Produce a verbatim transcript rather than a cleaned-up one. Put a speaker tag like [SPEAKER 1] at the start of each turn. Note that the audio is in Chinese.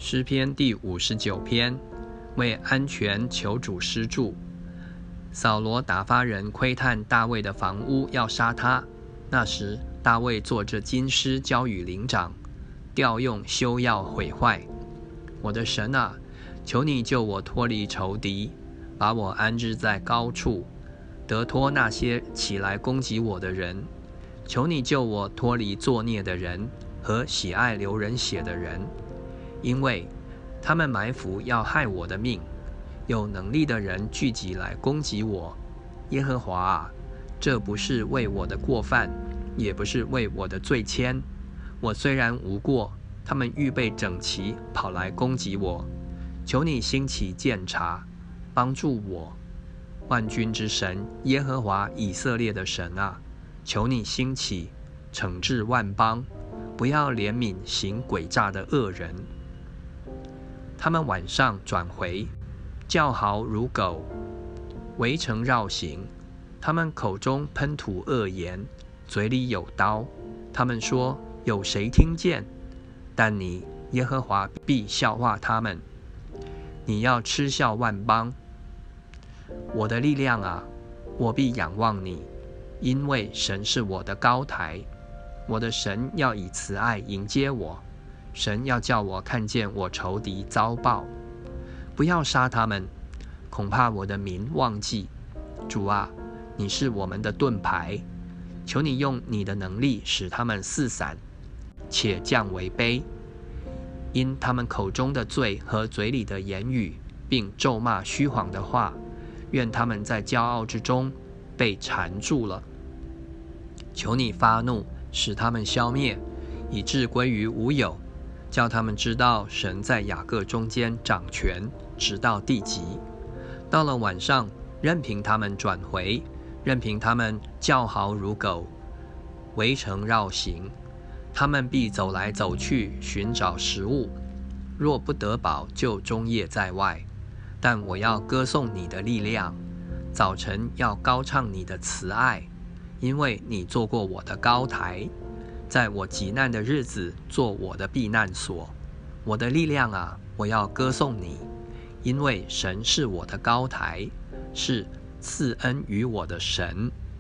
[SPEAKER 1] 诗篇第五十九篇，为安全求主施助。扫罗打发人窥探大卫的房屋，要杀他。那时大卫坐着金狮交与灵长，调用休要毁坏。我的神啊，求你救我脱离仇敌，把我安置在高处，得脱那些起来攻击我的人。求你救我脱离作孽的人和喜爱流人血的人，因为他们埋伏要害我的命，有能力的人聚集来攻击我。耶和华啊，这不是为我的过犯，也不是为我的罪愆。我虽然无过，他们预备整齐，跑来攻击我。求你兴起鉴察，帮助我。万军之神耶和华以色列的神啊，求你兴起，惩治万邦，不要怜悯行诡诈的恶人。他们晚上转回，叫嚎如狗，围城绕行。他们口中喷吐恶言，嘴里有刀。他们说：有谁听见？但你耶和华必笑话他们。你要嗤笑万邦。我的力量啊，我必仰望你，因为神是我的高台。我的神要以慈爱迎接我，神要叫我看见我仇敌遭报。不要杀他们，恐怕我的民忘记。主啊，你是我们的盾牌，求你用你的能力使他们四散，且降为卑。因他们口中的罪和嘴里的言语，并咒骂虚谎的话，愿他们在骄傲之中被缠住了。求你发怒，使他们消灭，以致归于无有，叫他们知道神在雅各中间掌权，直到地极。到了晚上，任凭他们转回，任凭他们叫嚎如狗，围城绕行。他们必走来走去，寻找食物，若不得饱，就终夜在外。但我要歌颂你的力量，早晨要高唱你的慈爱，因为你做过我的高台，在我急难的日子做我的避难所。我的力量啊，我要歌颂你，因为神是我的高台，是赐恩于我的神。